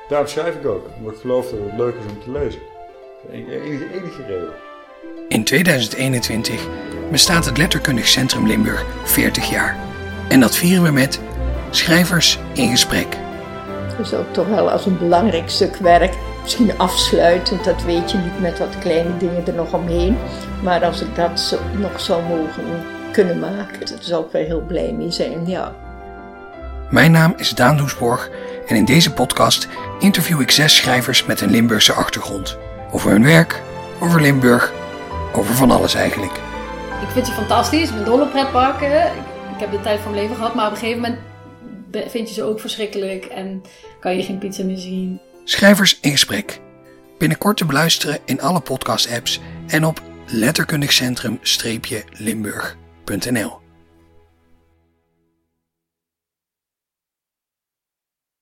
Daarom schrijf ik ook. Omdat ik geloof dat het leuk is om te lezen. Enige reden. In 2021 bestaat het Letterkundig Centrum Limburg 40 jaar. En dat vieren we met Schrijvers in Gesprek. Dat is ook toch wel als een belangrijk stuk werk. Misschien afsluitend, dat weet je niet met wat kleine dingen er nog omheen. Maar als ik dat nog zou mogen kunnen maken, daar zou ik wel heel blij mee zijn, ja. Mijn naam is Daan Doesborg en in deze podcast interview ik 6 schrijvers met een Limburgse achtergrond. Over hun werk, over Limburg, over van alles eigenlijk. Ik vind ze fantastisch, ik ben dol op pretparken. Ik heb de tijd van mijn leven gehad, maar op een gegeven moment vind je ze ook verschrikkelijk en kan je geen pizza meer zien. Schrijvers in Gesprek. Binnenkort te beluisteren in alle podcast-apps en op letterkundigcentrum-limburg.nl.